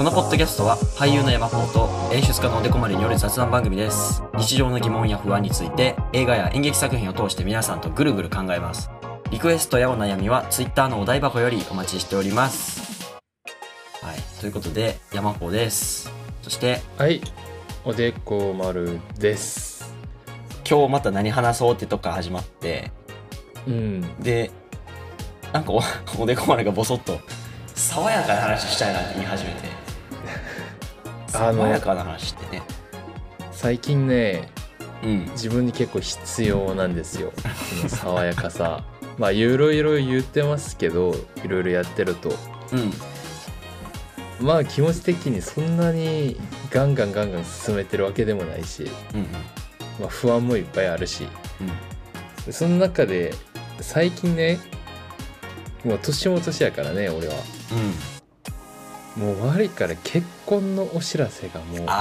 このポッドキャストは俳優の山本と演出家のおでこまりによる雑談番組です。日常の疑問や不安について映画や演劇作品を通して皆さんとぐるぐる考えます。リクエストやお悩みは Twitter のお題箱よりお待ちしております。はい、ということで山本です。そしてはいおでこまるです。 今日また何話そうってとこから始まって、でなんか おでこまるがボソッと爽やかな話したいなって言い始めて爽やかな話ってね最近ね、自分に結構必要なんですよその爽やかさまあいろいろ言ってますけど、いろいろやってると、まあ気持ち的にそんなにガンガン進めてるわけでもないし、まあ、不安もいっぱいあるし、その中で最近ね、もう年も年やからね俺は、もう周りから結婚のお知らせがもう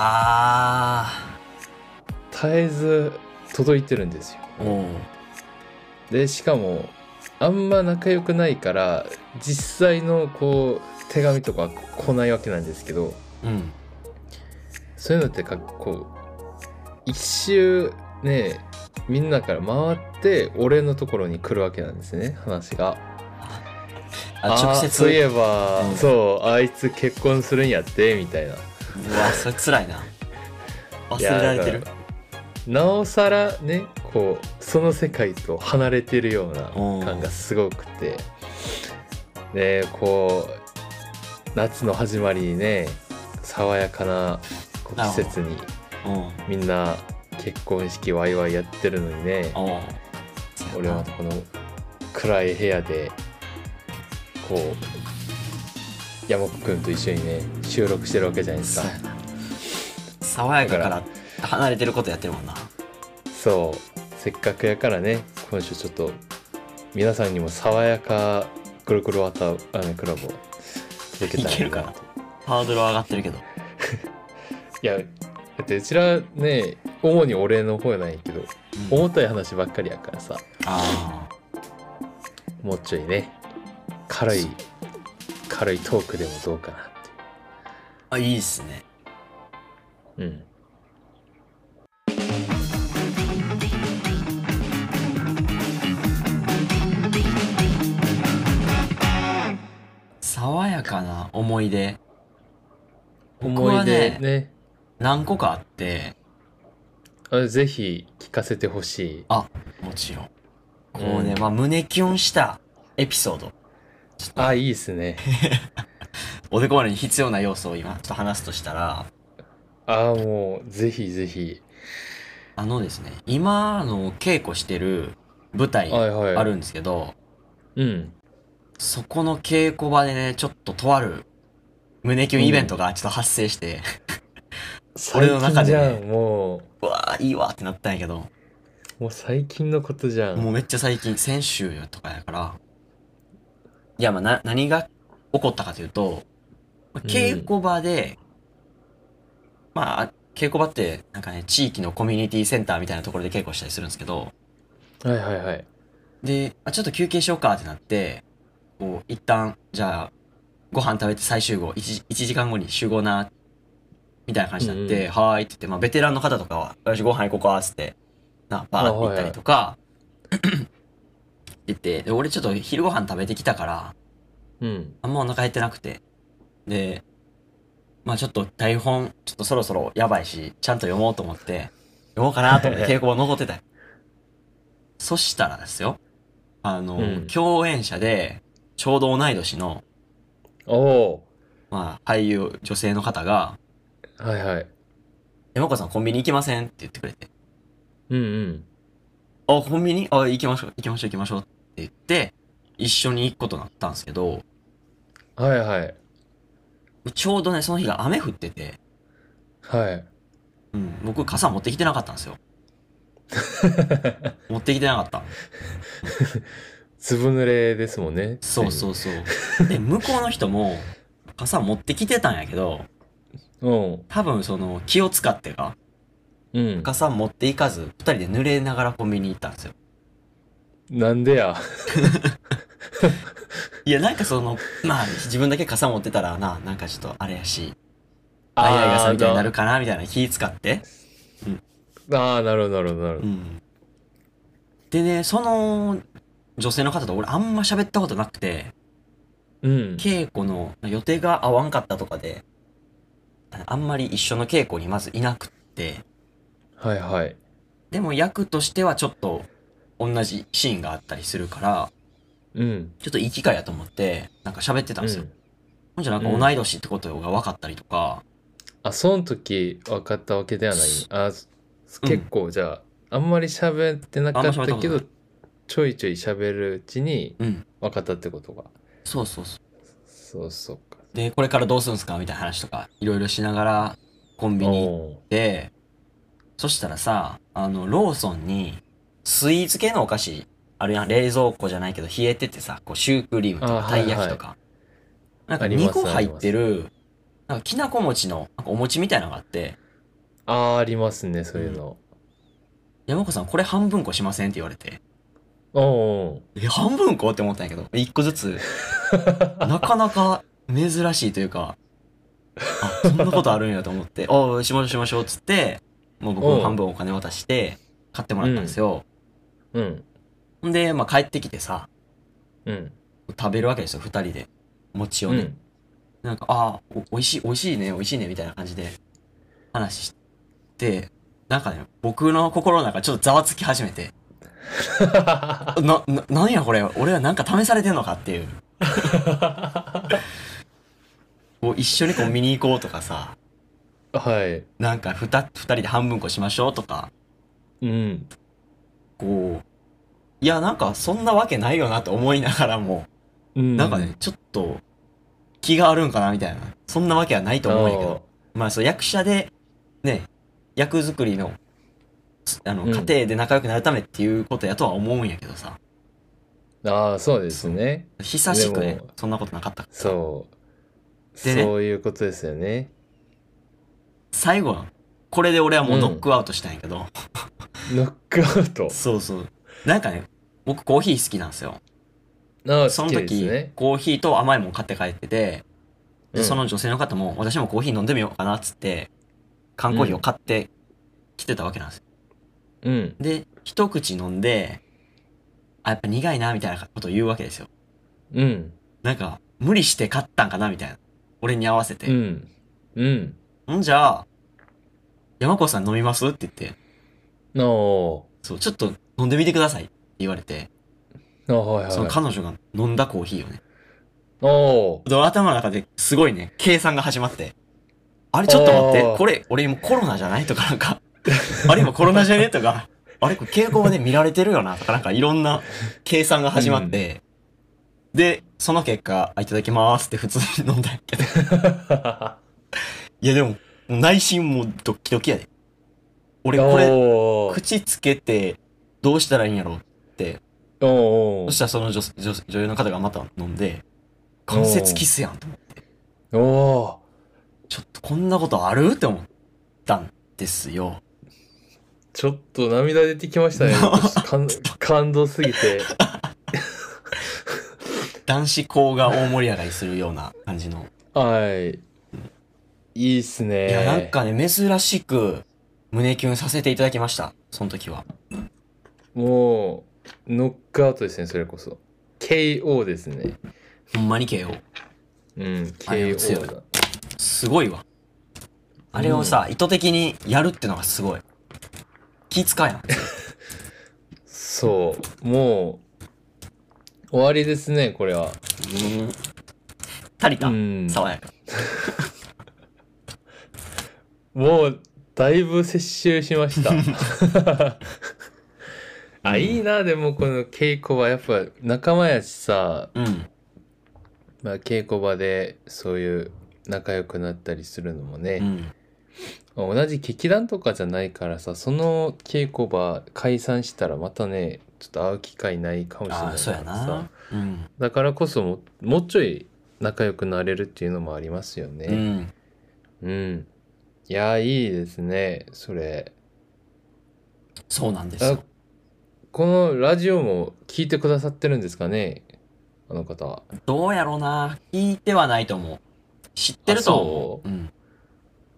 絶えず届いてるんですよ。でしかもあんま仲良くないから実際のこう手紙とか来ないわけなんですけど、そういうのってこう一周ねみんなから回って俺のところに来るわけなんですね、話が。直接そういえば、そうあいつ結婚するんやってみたいな。 うわそれ辛いな。忘れられてる。 なおさらねこうその世界と離れてるような感がすごくて、でこう夏の始まりにね爽やかな季節にみんな結婚式ワイワイやってるのにね、俺はこの暗い部屋でこう山子くんと一緒にね収録してるわけじゃないですか。 爽やかから離れてることやってるもんな。 そうせっかくやからね今週ちょっと皆さんにも爽やかくるくるわたクラブを届けたいなと。いけるかな。 ハードルは上がってるけどいやだってうちらね主に俺の方やないけど、重たい話ばっかりやからさ、もうちょいね軽いトークでもどうかなって。 いいっすね。爽やかな思い出。僕はね何個かあって、 ぜひ聞かせてほしい。 もちろんこうね、胸キュンしたエピソード。 いいっすねおでこまりに必要な要素を今ちょっと話すとしたら、 もうぜひぜひ。 ですね、今稽古してる舞台あるんですけど、そこの稽古場でねちょっととある胸キュンイベントがちょっと発生して、俺の中で、ね、 もうわいいわってなったんやけど、 もう最近のことじゃん。 もうめっちゃ最近、先週とかやから。いや何が起こったかというと、稽古場で、稽古場ってなんかね地域のコミュニティセンターみたいなところで稽古したりするんですけど、でちょっと休憩しようかってなって、こう一旦じゃあご飯食べて再集合 1時間後に集合なみたいな感じになって、はーいって言って、ベテランの方とかはよしご飯行こうかっつってバーって行ったりとか言って、で俺ちょっと昼ご飯食べてきたから、あんまお腹減ってなくて、でちょっと台本ちょっとそろそろやばいしちゃんと読もうと思って読もうかなと思って稽古場残ってたよそしたらですよ、共演者でちょうど同い年の俳優女性の方が山子さんコンビニ行きませんって言ってくれて、コンビニ行きましょうって言って一緒に行くことになったんですけど、ちょうどねその日が雨降ってて、僕傘持ってきてなかったんですよ持ってきてなかったずぶ濡れですもんね。 そうで向こうの人も傘持ってきてたんやけど、多分その気を使ってか、傘持っていかず2人で濡れながらコンビニ行ったんですよ。 なんでやいやなんかその自分だけ傘持ってたらなんかちょっとあれやし、 相合いあ傘みたいになるかなみたいな気使って。 ああ、なるほど、なるほど、なるほど。 うん。でね、その女性の方と俺あんま喋ったことなくて、 うん。 稽古の予定が合わんかったとかで、あんまり一緒の稽古にまずいなくって、 はいはい。 でも役としてはちょっと同じシーンがあったりするから、 うん。 ちょっといい機会やと思って、なんか喋ってたんですよ。 うん。 ほんじゃなんか同うん。 い年ってことが分かったりとか、 あ、その時分かったわけではない。結うん。 構じゃあ、あんまり喋ってなあんかったけど、 ま喋ったことない。 ちょいちょい喋るうちにうん。 分かったってことが。 そうそうそう。 そうそうか。 で、これからどうするんすかみたいな話とか、いろいろしながらコンビニ行っおー。 て、そしたらさ、ローソンに、スイーツ系のお菓子、あるやん。冷蔵庫じゃないけど、冷えててさ、こう、シュークリームとあ、 か、たはいはい。 い焼きとか、なんか2 あります、あ個入ります。 ってる、なんかきなこ餅の、なんかお餅みたいなのがあって、 ああ、ありますね、そうん。 ういうの。 山子さん、これ半分こしませんって言われて、 おー。 半分こって思ったんやけど、1個ずつ、なかなか珍しいというか、あ、そんなことあるんやと思って、おう、しましょうしましょうっつって、もう僕半おー。 分お金渡して、買ってもらったんですうん。 よ。 うん。 んで、まあ帰ってきてさ、 うん。 食べるわけですよ、二人で。餅をね。 うん。 なんか、ああ、おいしい、おいしいね、おいしいね、みたいな感じで話して、なんかね、僕の心の中ちょっとざわつき始めて、なんやこれ、俺はなんか試されてんのかっていう。こう一緒にコンビニ行こうとかさ、 はい。 なんか二人で半分こしましょうとか、 うん。 こう、いや、なんかそんなわけないよなと思いながらも、 うなんかね、 ん。 ちょっと気があるんかなみたいな。そんなわけはないと思うんやけど。 ああ。 まあそう役者で、ね、役作りの、家うん。 庭で仲良くなるためっていうことやとは思うんやけどさ。 ああ、そうですそう。 ね。 久しくね、 でも、 そんなことなかったからさ。 そう。 でね、 そういうことですよね。 最後は、これで俺はもうノッうん。 クアウトしたんやけど。 ノックアウト。 そうそう。なんかね、僕コーヒー好きなんですよ。 ああ、 そ好きですの時、 ね。 コーヒーと甘いもん買って帰ってて、で、そうん。 の女性の方も、私もコーヒー飲んでみようかなっつって、缶コーヒーをうん。 買ってきてたわけなんですよ。 うん。 で、一口飲んで、あ、やっぱ苦いな、みたいなことを言うわけですよ。 うん。 なんか、無理して買ったんかな、みたいな。俺に合わせて。 うん。うん。 んじゃあ、山子さん飲みますって言って、 おー。 そう、ちょっと飲んでみてくださいって言われて、 あ、はいそのはい。 彼女が飲んだコーヒーをね、 おー。 頭の中ですごいね、計算が始まって、あれちょっと待って、こあれ、俺今コロナじゃないとかなんか、あれ今コロナじゃねとか、あれこれ傾向で見られてるよなとかなんかいろんな計算がー。う始まっん。 て、で、その結果、いただきますって普通に飲んだんやけど。いやでも、もう内心もうドッキドキやで。俺これ、 おー。 口つけてどうしたらいいんやろって。 おー。 そしたらその女優の方がまた飲んで、関節キおー。 スやんと思って。 おー。 ちょっとこんなことあるって思ったんですよ。 ちょっと涙出てきましたね。感動すぎて。 男子校が大盛り上がりするような感じの。 はい。いいっすいや、なんね。 かね、珍しく胸キュンさせていただきました。その時は。 もう、ノックアウトですね、それこそ。KO ですね。 ほんまに KO。 うん、 あれは強い。 KO だ。 すごいわ。あれをうん。 さ、意図的にやるってのがすごい。気使うやん、普通。 そう。もう、終わりですね、これは。 足りうたん。 爽やか。 もう、だいぶ摂取しました。あ、いいうん。 な、でもこの稽古場、やっぱ仲間やしさ、 うん。 まあ、稽古場でそういう仲良くなったりするのもね、 うん。 まあ同じ劇団とかじゃないからさ、その稽古場解散したらまたね、ちょっと会う機会ないかもしれああ、 ないそうやからさ、 な。うん。 だからこそもうちょい仲良くなれるっていうのもありますよね。 うん。 うん。いやー、いいですね、それ。 そうなんですあ、 よ。 このラジオも聞いてくださってるんですかね、あの方は。 どうやろうな。聞いてはないと思う。知ってあ、 るとは思そう。うん。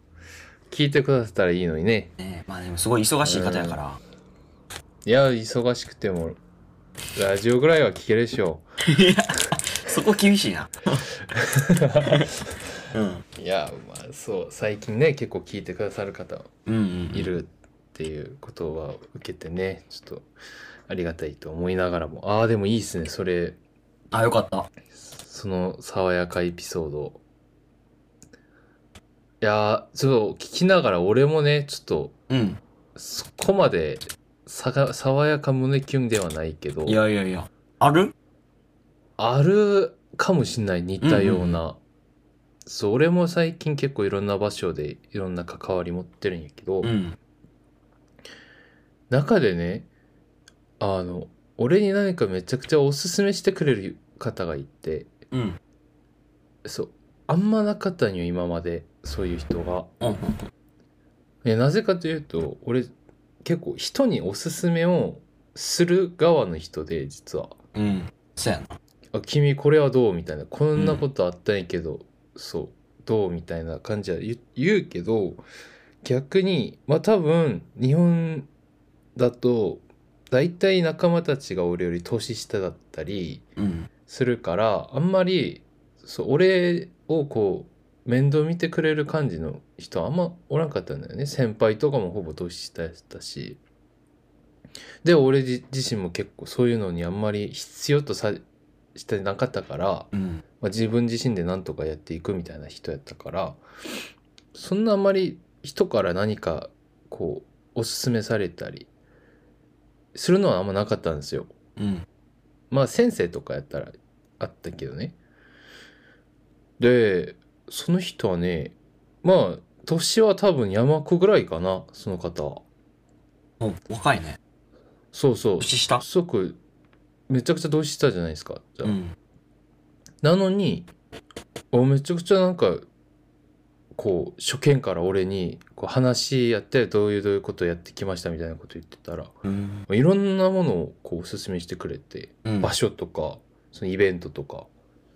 聞いてくださったらいいのにね。 ね、まあでもすごい忙しい方やから。 いや、忙しくても、ラジオぐらいは聞けるでしょいや、そこ厳しいな。うん。 う。いや、まあそう、最近ね、結構聞いてくださる方うんうん、 いるっていうことは受けてね、ちょっとありがたいと思いながらも、ああ、でもいいっすね、それ、 あ、よかった。 その爽やかエピソード。いやー、ちょっと聞きながら俺もね、ちょっと、 うん。 そこまで爽やか胸キュンではないけど、 いやいやいや。ある？ あるかもしんない、似たような。 うんうんそう、俺も最近結構いろんな場所でいろんな関わり持ってるんやけど、 うん。 中でね、あの、俺に何かめちゃくちゃおすすめしてくれる方がいて、 うん。うん。 そう、あんまなかったんよ、今まで、そういう人が。 うん。 なぜかというと、俺、結構人におすすめをする側の人で、実は。 うん。そうやな。 あ、君これはどうみたいな。こんなうん。 ことあったんやけど、そう、どうみたいな感じは言うけど、逆に、まあ多分、日本だと、大体仲間たちが俺より年下だったりうん。 するから、あんまり、そう、俺をこう、面倒見てくれる感じの人はあんまおらんかったんだよね。先輩とかもほぼ年下やったし。で、俺自身も結構そういうのにあんまり必要としてなかったから、 うん。 まあ、自分自身で何とかやっていくみたいな人やったから、そんなあんまり人から何かこうおすすめされたりするのはあんまなかったんですよ。 うん。 まあ先生とかやったらあったけどね。で、その人はね、まあ年は多分山子ぐらいかな、その方は。 お、若いね。 そうそう、 年下？ すごくめちゃくちゃ年下じゃないですか。じゃあ、 うん。 なのに、めちゃくちゃなんかこう初見から俺にこう話やってどういうことやってきましたみたいなこと言ってたら、 うん。 いろんなものをこうおすすめしてくれて、 うん。 場所とかそのイベントとか、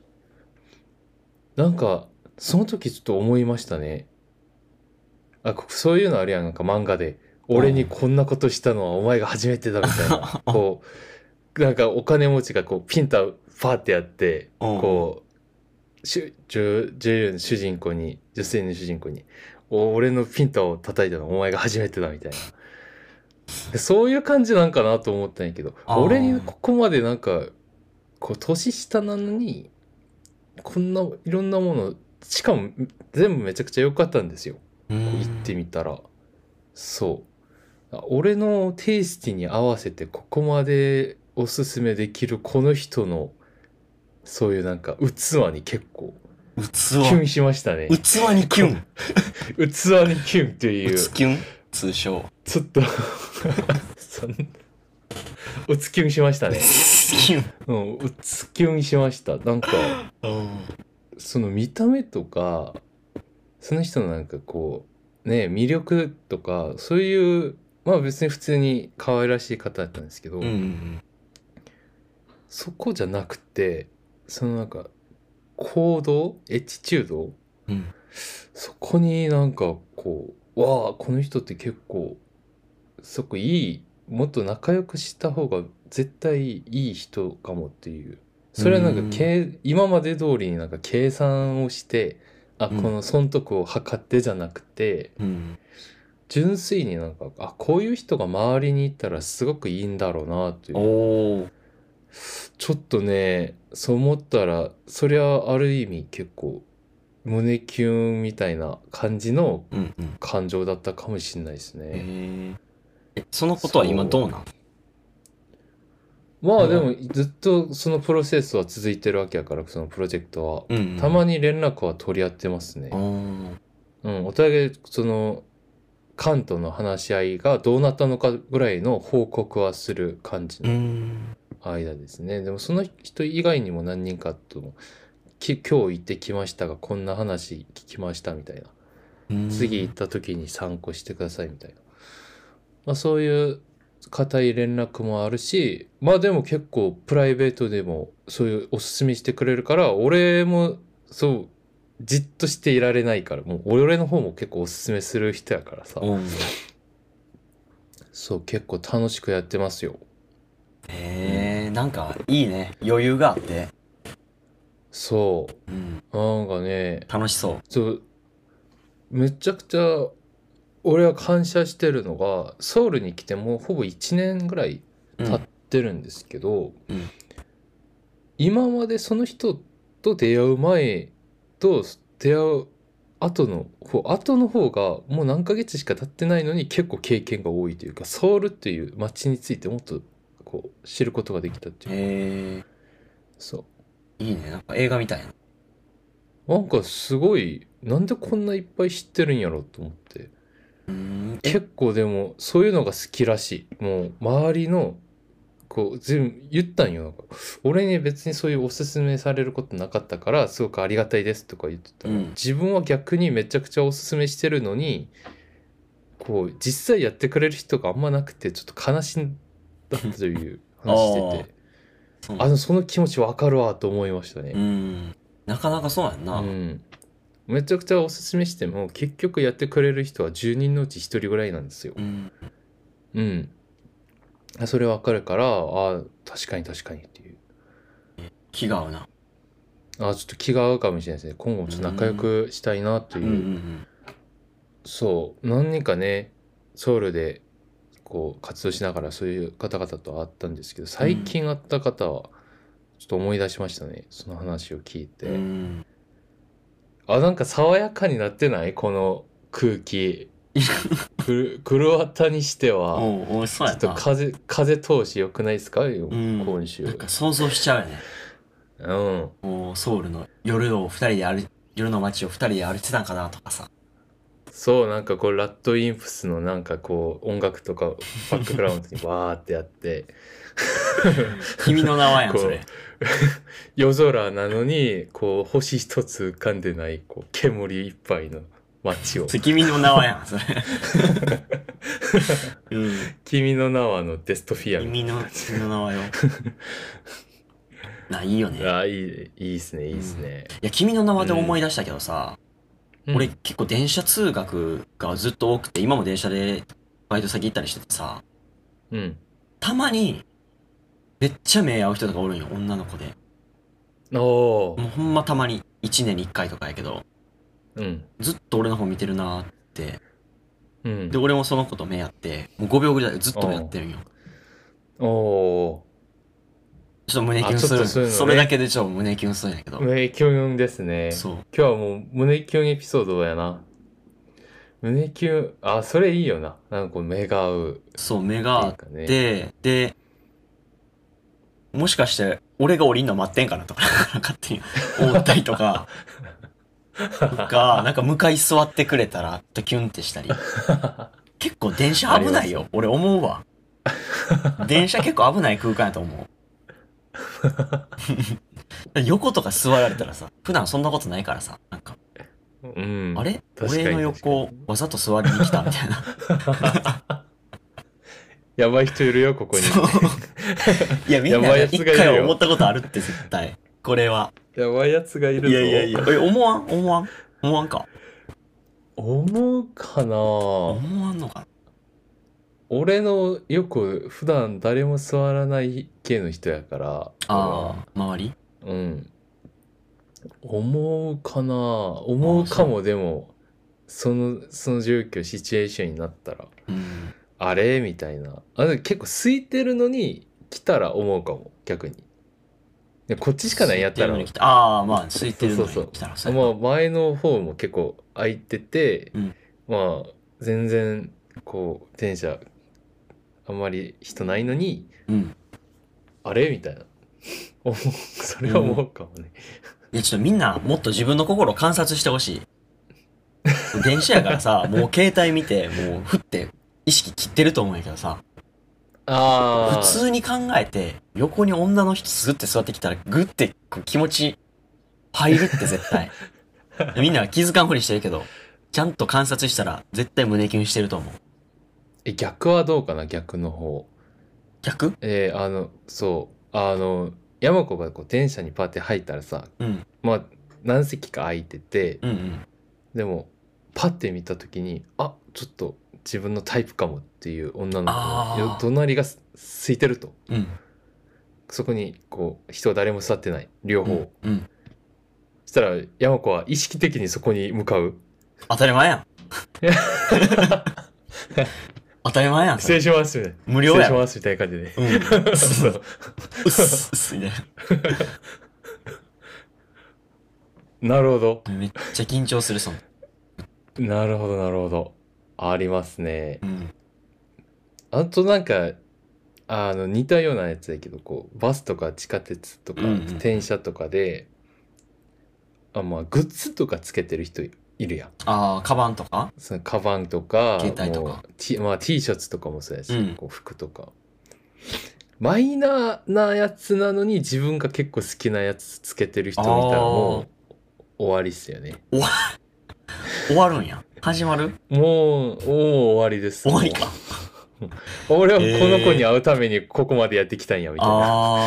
なんかその時ちょっと思いましたね。あ、そういうのあるやん、なんか漫画で俺にこんなことしたのはお前が初めてだみたいな、こうなんかお金持ちがこうピンタパーってやって、 うん。 こう女優の主人公に、女性の主人公に、俺のピンタを叩いたのお前が初めてだみたいな。でそういう感じなんかなと思ったんやけど、 あ俺にあ。 ここまでなんか、こう年下なのに、こんないろんなもの、しかも全部めちゃくちゃ良かったんですよ。 うこう言ってん。 みたら。そう。俺のテイスティに合わせてここまでおすすめできるこの人の、そういうなんか器に結構キュ器。 ンしましたね。 器にキュン。 器にキュンっていう、 うつキュン通称。 ちょっとそんうつキュンしましたね。 キュン。 うん、うつキュンしました。なんか、 うん。 その見た目とか、その人のなんかこう、ね、魅力とか、そういう、まあ別に普通に可愛らしい方だったんですけど、 うん。 そこじゃなくて、そのなんか、行動エチチュード、 うん。 そこになんかこう、わあ、この人って結構、すごくいい、もっと仲良くした方が絶対いい人かもっていう。それはなんか今まで通りになんか計算をして、あ、この損得を測ってじゃなくて、 うん。 純粋になんか、あ、こういう人が周りにいたらすごくいいんだろうなという。 おー。 ちょっとね、そう思ったら、そりゃある意味結構胸キュンみたいな感じのうんうん。 感情だったかもしれないですへね。 ー。そのことは今どうなん？ まあでもずっとそのプロセスは続いてるわけやから、そのプロジェクトは。 うんうん。 たまに連絡は取り合ってますね。 あうん、お互いそのカントの話し合いがどうなったのかぐらいの報告はする感じうのん。 間ですね。でもその人以外にも何人かと、今日行ってきましたがこんな話聞きましたみたいな。次行った時に参考してくださいみたいな。まあそういう固い連絡もあるし、まあでも結構プライベートでもそういうおすすめしてくれるから、俺もそうじっとしていられないから、もう俺の方も結構おすすめする人やからさ、 うん。 そう結構楽しくやってますよ。 なんかいいね。余裕があって。 そうん。 うなんかね、 楽しそそうめちゃくちゃ俺は感謝してるのが、ソウルに来てもうほぼ1年ぐらいう。う経っん。 てるんですけど、 うん今までその人と出会う前と出会う後の方がもう何ヶ月しか経ってないのに結構経験が多いというか、ソウルっていう街についてもっとこう知ることができたっていうか、 へそいいね。なんか映画みたいな。 うなんかすごい、なんでこんないっぱい知ってるんやろと思って。 え、 結構でもそういうのが好きらしい。もう周りのこう全部言ったんよ。なんか俺に別にそういうおすすめされることなかったからすごくありがたいですとか言ってたら、 うん。 自分は逆にめちゃくちゃおすすめしてるのに、こう実際やってくれる人があんまなくてちょっと悲しんだという話してああ、 て、 そうなんだ。 その気持ちわかるわと思いましたね。 うん。なかなかそうやんな。 うん。めちゃくちゃおすすめしても結局やってくれる人は10人のうち1人ぐらいなんですよ。 うん。 うん。それわかるから、確かに確かにっていう。 気が合うな。 ちょっと気が合うかもしれないですね。今後もちょっと仲良くしたいなとうんうんういう。 ん。 そう、何人かね、ソウルでこう活動しながらそういう方々と会ったんですけど、最近会った方はちょっと思い出しましたね。その話を聞いて。 うん。 なんか爽やかになってないこの空気。クロアタにしては、 おうそうちょっとやな。 風通し良くないですかうん。 今週。 なんか想像しちゃうよね。 うん。 もうソウルの夜の街を二人で歩いてたんかなとかさ。 そう、なんかこう、ラッドインプスのなんかこう、音楽とかバックグラウンドにバーってやって、 君の名はやん、そこう、 れ。 夜空なのに、こう、星一つ浮かんでない、こう、煙いっぱいの街を。 君の名はやん、それ。うん。 君の名はデストフィアみたい君の名はよ。いいよね。 な。いいっすね、いいっすね。 いや、君の名はで思い出したけどさ、 うん、 俺結構電車通学がずっと多くて、今も電車でバイト先行ったりしててさ、 うん。 たまにめっちゃ目合う人とかおるんよ、女の子で。 おー。 もうほんまたまに1年に1回とかやけど、 うん。 ずっと俺の方見てるなーって。 うん。 で、俺もその子と目合って、もう5秒ぐらいでずっと目合ってるんよ。 おー。 ちょっと胸キュンする。 ちょっとそういうのねそれだけでちょっと胸キュンするんやけど。 胸キュンですね。 そう。 今日はもう胸キュンエピソードやな。胸キュン、それいいよな。なんかこう目が合う。 そう、目があっっていうかねて、で、もしかして俺が降りんの待ってんかなとか、勝手に思ったりとか、なんか向かい座ってくれたら、とキュンってしたり。結構電車危ないよ。俺思うわ。電車結構危ない空間やと思う。横とか座られたらさ、普段そんなことないからさ、なんか、 うん。 あれ確かに俺の横、わざと座りに来たみたいな。 やばい人いるよ、ここに。 そう。いや、みんなやばいやつ一がいるよ回は思ったことあるって絶対。これは。 やばいやつがいるぞ。 いやいやいや。思わんか。 思うかな。 思わんのかな。 俺のよく普段誰も座らない系の人やから。 ああ、周りうん。思うかな。思うかも、でも、その状況、シチュエーションになったら。 うん。 あれみたいな。でも結構空いてるのに来たら思うかも、逆に。でこっちしかないんやったら。 ああ、まあ、空いてるのにそう来たらまあ前の方も結構空いてて、 うんまあ全然こう電車あんまり人ないのに、 うん。 あれみたいな。それは思うかもね。 いや、ちょっとみんなもっと自分の心を観察してほしい。電車やからさ、もう携帯見て、もうふって意識切ってると思うんやけどさ、 ああ。 普通に考えて、横に女の人スッて座ってきたら、グッてこう気持ち入るって絶対。みんなは気づかんふりしてるけど、ちゃんと観察したら絶対胸キュンしてると思う。 逆はどうかな、逆の方。 逆そう、山子がこう電車にパーって入ったらさ、 うん。 まあ何席か空いてて、 うんうんでもパッて見た時にちょっと自分のタイプかもっていう女の子の隣が空いてると、 うんそこにこう人は誰も座ってない両方、 うんそしたら山子は意識的にそこに向かう。 当たり前やん。当たり前やん。 失礼しますね。 無料やん。 失礼しますみたいな感じで。 うん。 そううっすみたいなるほど。 な。めっちゃ緊張する、そん。 なるほど、なるほど。ありますね。 うん。 あとなんか、似たようなやつだけど、こう、バスとか地下鉄とか、 うんうん電車とかで、まあ、グッズとかつけてる人いるやん。 ああ、カバンとかそのカバンとか、 携帯とかもうまあ、T シャツとかもそうやし、 うんこう服とか。マイナーなやつなのに自分が結構好きなやつつけてる人いたらもう終わりっすよね。 終わるんや。始まるもう終わりです。 終わりか。 俺はこの子に会うためにここまでやってきたんやみたいな。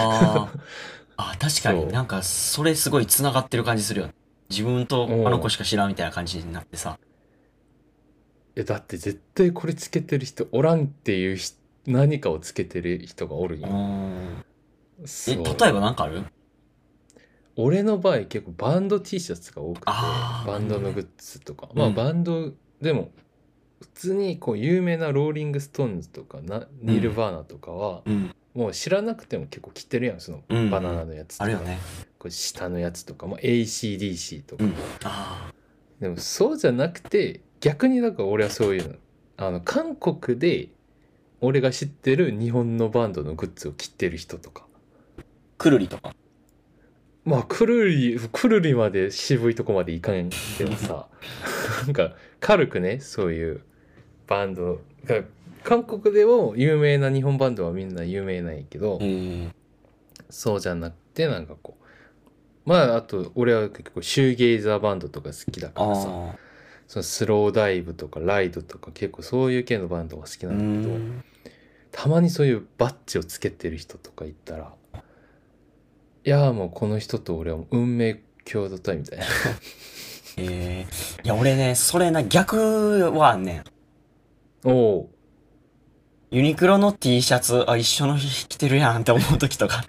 確かになんかそれすごい繋がってる感じするよね。自分とあの子しか知らんみたいな感じになってさ。 だって絶対これつけてる人おらんっていう何かをつけてる人がおるんよ。 例えばなんかある？ 俺の場合結構バンド T シャツが多くて、バンドのグッズとか、まあバンドでも普通にこう有名なローリングストーンズとかニルヴァーナとかは、もう知らなくても結構着てるやん、そのバナナのやつとか、 あるよね。 これ下のやつとか、まあ、ACDC とか、でもそうじゃなくて逆にだから俺はそういうの韓国で俺が知ってる日本のバンドのグッズを着てる人とか、 くるりとか。 まあくるりまで渋いとこまでいかんけどさなんか軽くね、そういうバンドが韓国でも有名な日本バンドはみんな有名なんやけど、そうじゃなくてなんかこう、まああと俺は結構シューゲイザーバンドとか好きだからさ、そのスローダイブとかライドとか結構そういう系のバンドが好きなんだけど、たまにそういうバッジをつけてる人とかいたら、いやもうこの人と俺は運命共同体みたいな。 いや俺ね、それな、逆はねん。ユニクロの T シャツ一緒の日着てるやんって思う時とか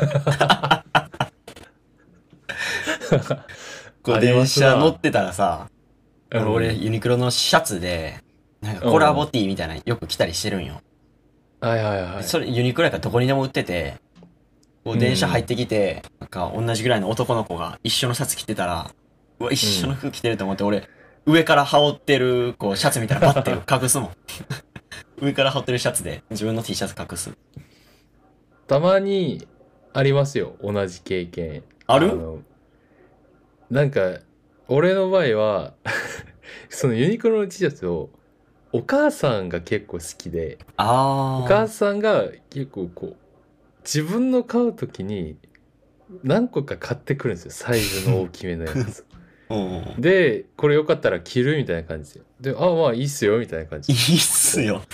こう電車乗ってたらさ、俺ユニクロのシャツでなんかコラボ T みたいなよく着たりしてるんよ。それユニクロやからどこにでも売ってて、こう電車入ってきて、なんか同じぐらいの男の子が一緒のシャツ着てたら、うわ一緒の服着てると思って、俺上から羽織ってるこうシャツみたいなパッて隠すもん。上から羽織ってるシャツで自分の T シャツ隠す。 たまにありますよ、同じ経験。 ある？ なんか俺の場合はそのユニクロの T シャツをお母さんが結構好きで、お母さんが結構こう自分の買う時に何個か買ってくるんですよ、サイズの大きめのやつ。でこれよかったら着るみたいな感じで、まあいいっすよみたいな感じ。 いいっすよ。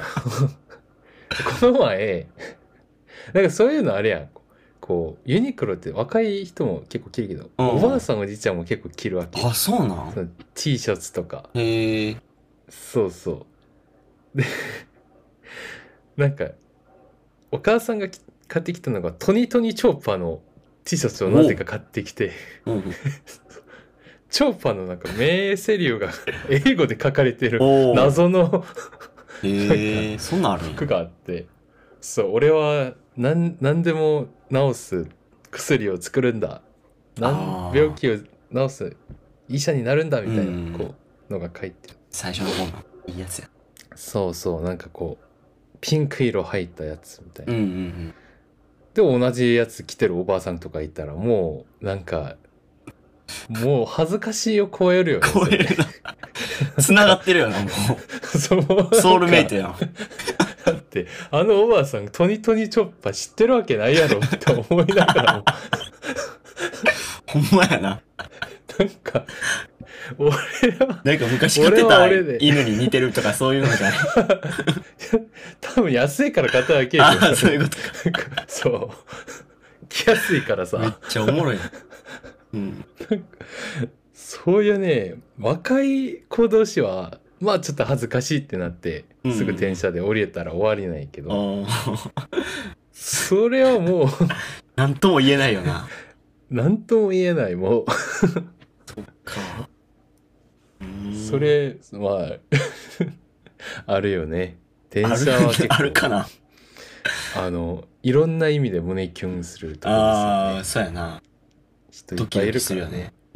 この前なんかそういうのあれやん、こうユニクロって若い人も結構着るけど、おばあさんおじいちゃんも結構着るわけ。 そうなん？ その T シャツとか。 へえ。 そうそうでなんかお母さんが買ってきたのがトニトニチョーパーの T シャツをなぜか買ってきて、チョーパーのなんか名セリオが英語で書かれてる謎のそんなんあるんや。 服があって、そう、俺は何でも治す薬を作るんだ、病気を治す医者になるんだみたいなこうのが書いてる。 最初の方のいいやつや。 そうそう、なんかこうピンク色入ったやつみたいな。で同じやつ着てるおばあさんとかいたらもうなんかもう恥ずかしいを超えるよね。 超えるな。繋がってるよな、もう。ソウルメイトやん。 だってあのおばあさんトニトニチョッパー知ってるわけないやろって思いながらもほんまやな。 なんか俺はなんか昔飼ってた犬に似てるとかそういうのじゃない？ 多分安いから買っただけやけど。 そういうことか。 そう着やすいからさ。 めっちゃおもろいな。 うん。 そういうね、若い子同士は、まあちょっと恥ずかしいってなって、 うんすぐ電車で降りれたら終わりないけど、 ああ。 それはもう、 なんとも言えないよな。 なんとも言えない、もう。 か。うーそん。 れ、まあ、あるよね。電ある、 車は結あるか構、 な。 いろんな意味で胸キュンするとこですよああ、 ね。 そうやな。 人いっドキドキぱいいるするよね。 からね。 うん。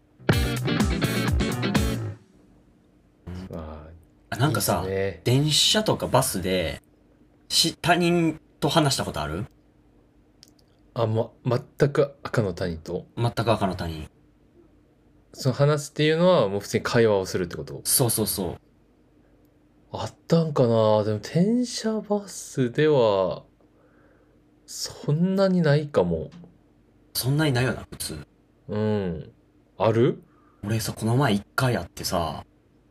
まあ、 あ、いいっすなんかさ、 ね。 電車とかバスで、他人と話したことある？ 全く赤の他人と、 全く赤の他人。 その話すっていうのはもう普通に会話をするってこと？ そうそうそう。 あったんかな。でも電車バスではそんなにないかも。 そんなにないよな、普通。 うん。ある？ 俺さ、この前一回会ってさ、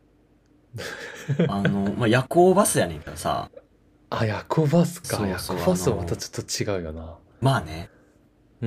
まあ、夜行バスやねんけどさ、 あ、夜行バスか。夜そうそう、 行バスはまたちょっと違うよな。 まあね、 うん。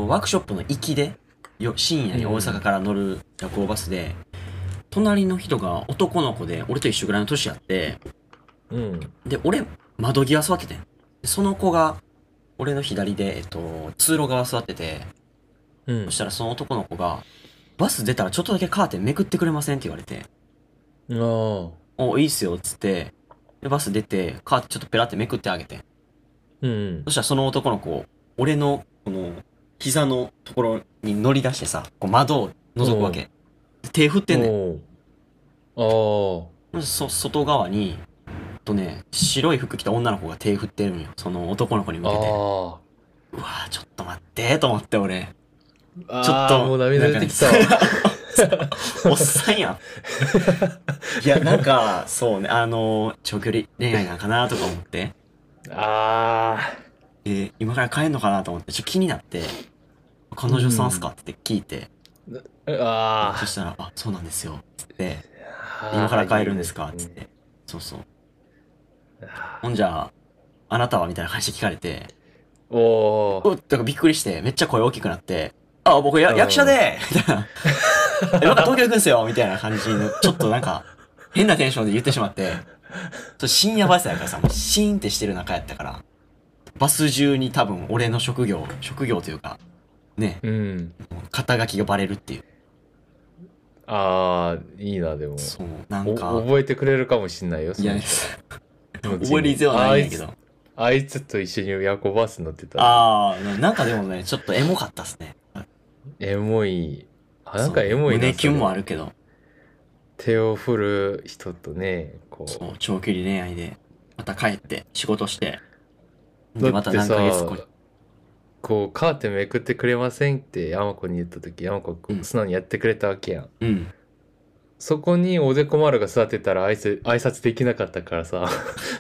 ワークショップの行きで、深夜に大阪うん。 から乗る夜行バスで、隣の人が男の子で、俺と一緒ぐらいの年やって、 うん。 で、俺、窓際座っててん。でその子が、俺の左で、通路側座ってて、 うん。 そしたらその男の子が、バス出たらちょっとだけカーテンめくってくれませんって言われて、 ああ。 お、いいっすよ、っつって、で、バス出て、カーテンちょっとペラってめくってあげて。 うん。 そしたらその男の子、俺の、この、膝のところに乗り出してさ、こう窓を覗くわおう。 け。手振ってんねん。 おう。ああ。 外側に、白い服着た女の子が手振ってるんよ。その男の子に向けて。 あうわぁ、ちょっと待ってと思って俺。ちょっあ。ああ、もと、 う涙出なんかね、 てきたわ。 おっさんやん。いや、なんか、そうね、長距離恋愛なんかなとか思って。 ああ。 今から帰んのかなと思って、ちょっと気になって、彼う女さんすかん。 って聞いて、そしあたら、あ、そうなんですよ。つって、今あ。ああ、 から帰るんですいいですね。 かつって。そうそう。ほんあじゃあ、あなたはみたいな感じで聞かれて、 ーおー。 だからびっくりして、めっちゃ声大きくなって、あ、僕役者うん。 でみたいな。今から東京行くんすよみたいな感じの、ちょっとなんか、変なテンションで言ってしまって、深夜バスやからさ、もうシーンってしてる中やったから、バス中に多分俺の職業というか、ね、 うん。 肩書きがバレるっていう。 ああ、いいな、でも。 そう、なんか、 覚えてくれるかもしんないよ、 いや、 その人が。後に。 覚える必要はないんやけど。 あいつと一緒に夜行バス乗ってたって。 あー、なんかでもね、ちょっとエモかったっすね。 エモい。あ、なんかそうね、 エモいな、 胸キュンもあそれ。 るけど、 手を振る人とね、こそう、長距離恋愛で、また帰って仕事して、 う。だで、またって何ヶ月後に、 さ、こう、カーテンめくってくれませんって山子に言った時、山子うん、 素直にやってくれたわけやん。 うん。 そこにおでこ丸が座ってたら挨拶できなかったからさ。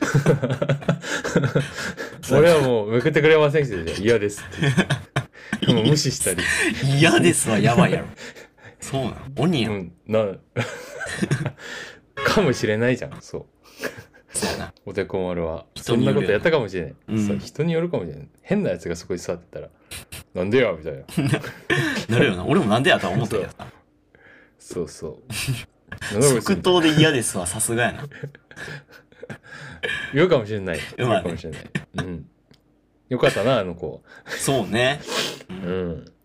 そう俺はもうめくってくれませんって言って嫌ですって言って。もう無視したり。 嫌ですわ、やばいやろ。そうなの鬼やん。 うん、かもしれないじゃん、そう。 そうやな。 おでこ丸は。 人そんなことやっによるよな。 たかもしれない。そう、 うん。 人によるかもしれない。変なやつがそこに座ってたら、なんでやみたいな。 なるよな。俺もなんでやとは思ったけどさ。 そうそう。なんだこいつ即みたいな。 答で嫌ですわ、さすがやな。 言うかもしれない。言まあね。 うかもしれない。うん。よかったな、あの子。 そうね。ううん。 ん。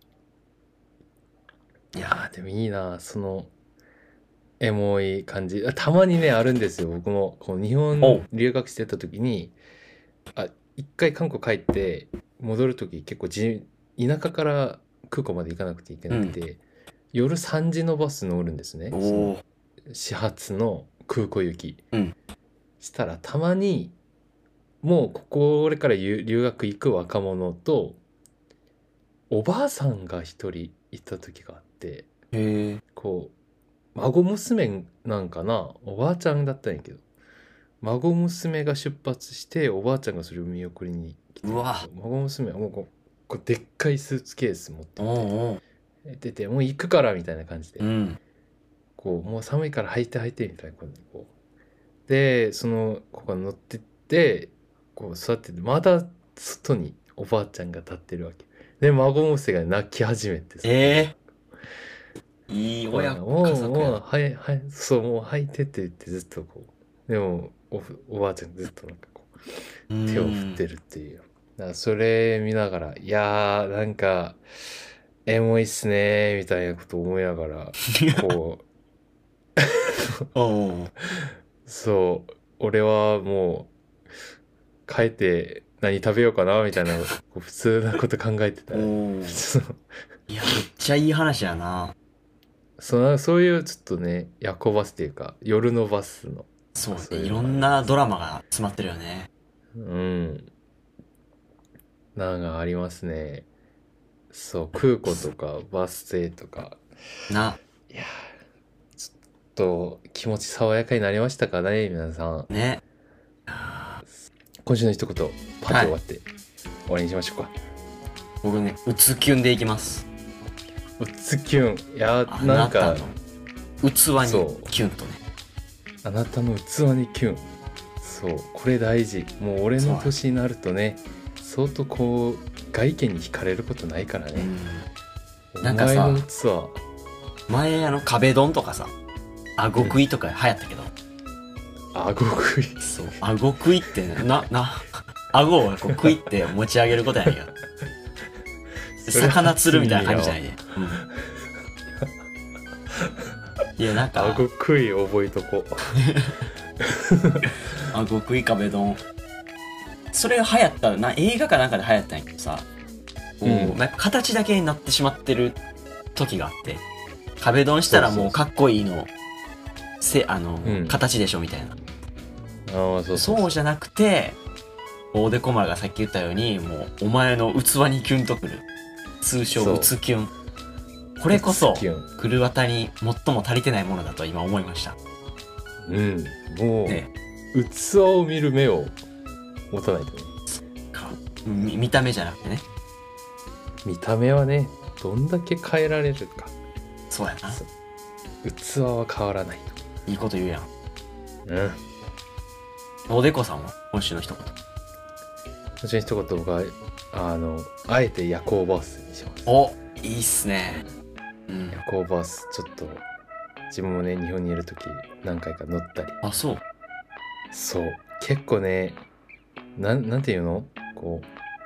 いや、 でもいいな、その、エモい感じ。たまにね、あるんですよ。僕も、こう、日本おう。 留学してた時に、一回韓国帰って、戻る時結構田舎から空港まで行かなくていけうん。 なくて、夜3時のバス乗るんですね。その、 おー。 始発の空港行き。 うん。 したら、たまに、もうこれから留学行く若者と、おばあさんが一人いた時があって、 へえ。 こう、孫娘なんかな、おばあちゃんだったんやけど、孫娘が出発しておばあちゃんがそれを見送りに来てうわ。 んけど、孫娘はもうこうでっかいスーツケース持っておうて、 おう。 出てもう行くからみたいな感じで、 うん。 こうもう寒いから履いてみたいな感じで、こうでその子が乗ってってこう座ってて、まだ外におばあちゃんが立ってるわけで孫娘が泣き始めてさ、 いい親もう家族やな。 はいはいそうもうはいてって言ってずっとこうでもおばあちゃんずっとなんかこう手を振ってるっていう。だからそれ見ながら、いやー、なんか、エモいっすねー、みたいなこと思いながら、こう、 おうそう、俺はもう、帰って何食べようかな、みたいな、こう普通なこと考えてたら、 おうそういや、めっちゃいい話やな。 そういうちょっとね、夜行バスっていうか、夜のバスの、 そうね。 そういういろんなドラマが詰まってるよね。 うん、なんかありますね。そう、空港とかバス停とか、 な。 いやー、ちょっと気持ち爽やかになりましたかね、皆さん。 ね。 今週の一言、パッと終わって終わりにしましょうか。 僕ね、うつキュンでいきます。 うつキュン。いやー、ななんたか、 の器にそうキュンとね。 あなたの器にキュン。そう、これ大事。もう俺の年になるとね、相当こう、外見に惹かれることないからね。おなんかさ前の器、 前壁ドンとかさ、顎食いとか流行ったけど、 顎食い。 そう、顎食いってね、顎をこう食いって持ち上げることやねんけど。 それ魚釣るみたいな感じじゃないで。いや、なんか、 顎食い覚えとこ。 顎食い壁ドン。それが流行った映画かなんかで流行ったんやけどさ、こううんやっぱ形だけになってしまってる時があって、壁ドンしたらもうかっこいいの、 うん形でしょみたいな。 ああ、そうそう。 そうじゃなくて、大デコマがさっき言ったように、もう、お前の器にキュンとくる。通称、うつキュン。これこそ、 キュン。 クルワタに最も足りてないものだと今思いました。 うん。もう、 ね。 器を見る目を持たないとね。 見た目じゃなくてね。 見た目はね、どんだけ変えられるか。 そうやな。 器は変わらないいいこと言うやん。 と。うん。 おでこさんは今週の一言。 もちろん一言僕は、あえて夜行バスにします。 お、いいっすね。うん。 夜行バス、ちょっと、自分もね、日本にいるとき何回か乗ったり。 あ、そう。 そう。結構ね、なんていうのこう、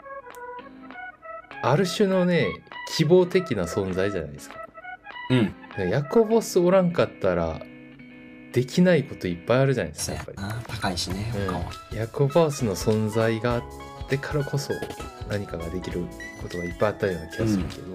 ある種のね、希望的な存在じゃないですか。 うん。 夜行バスおらんかったら、できないこといっぱいあるじゃないですそうか、やっぱり。 やな。高いしね、他は。 夜行バスの存在があってからこそ何かができることがいっぱいあったような気がするけど、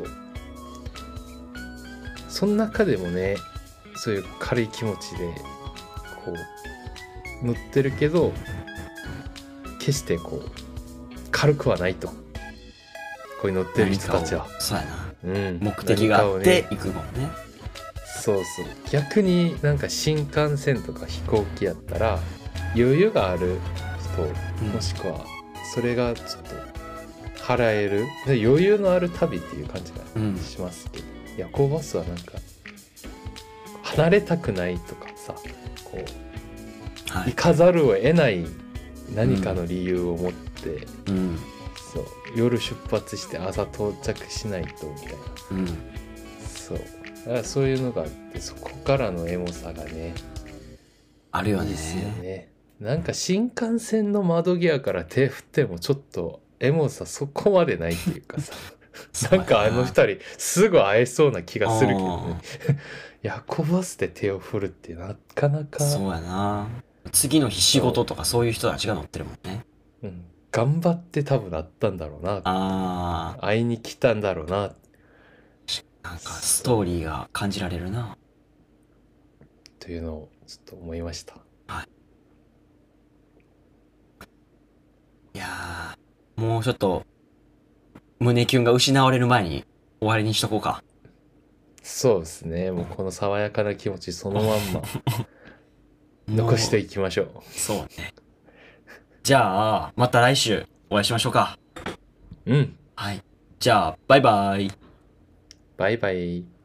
その中でもねそういう軽い気持ちでこう乗ってるけど決してこう軽くはないとこういう乗ってる人たちは、 そうやな。 うん、 目的があって何かをね行くもんね。 そうそう逆になんか新幹線とか飛行機やったら余裕がある人、 うんもしくはそれがちょっと払えるで余裕のある旅っていう感じがうん。 しますけど、夜行バスはなんか離れたくないとかさこうはい。 行かざるを得ない何かの理由を持って、 うん。 そう夜出発して朝到着しないとみたいなうん。 そうだからそういうのがあってそこからのエモさがねあるよね。 いいですよね。なんか新幹線の窓際から手振ってもちょっとエモさそこまでないっていうかさなんかあの二人すぐ会えそうな気がするけどね夜行バスで手を振るってなかなか、 そうやな。次の日仕事とかそういう人たちが乗ってるもんね。 うん、頑張って多分なったんだろうなあ会いに来たんだろうななんかストーリーが感じられるな。 というのをちょっと思いました。 いやー、もうちょっと、胸キュンが失われる前に終わりにしとこうか。 そうですねもうこの爽やかな気持ちそのまんま残してもいきましょう。 うそうね。じゃあ、また来週お会いしましょうか。 うんはい。じゃあ、バイバイ。 バイバイ。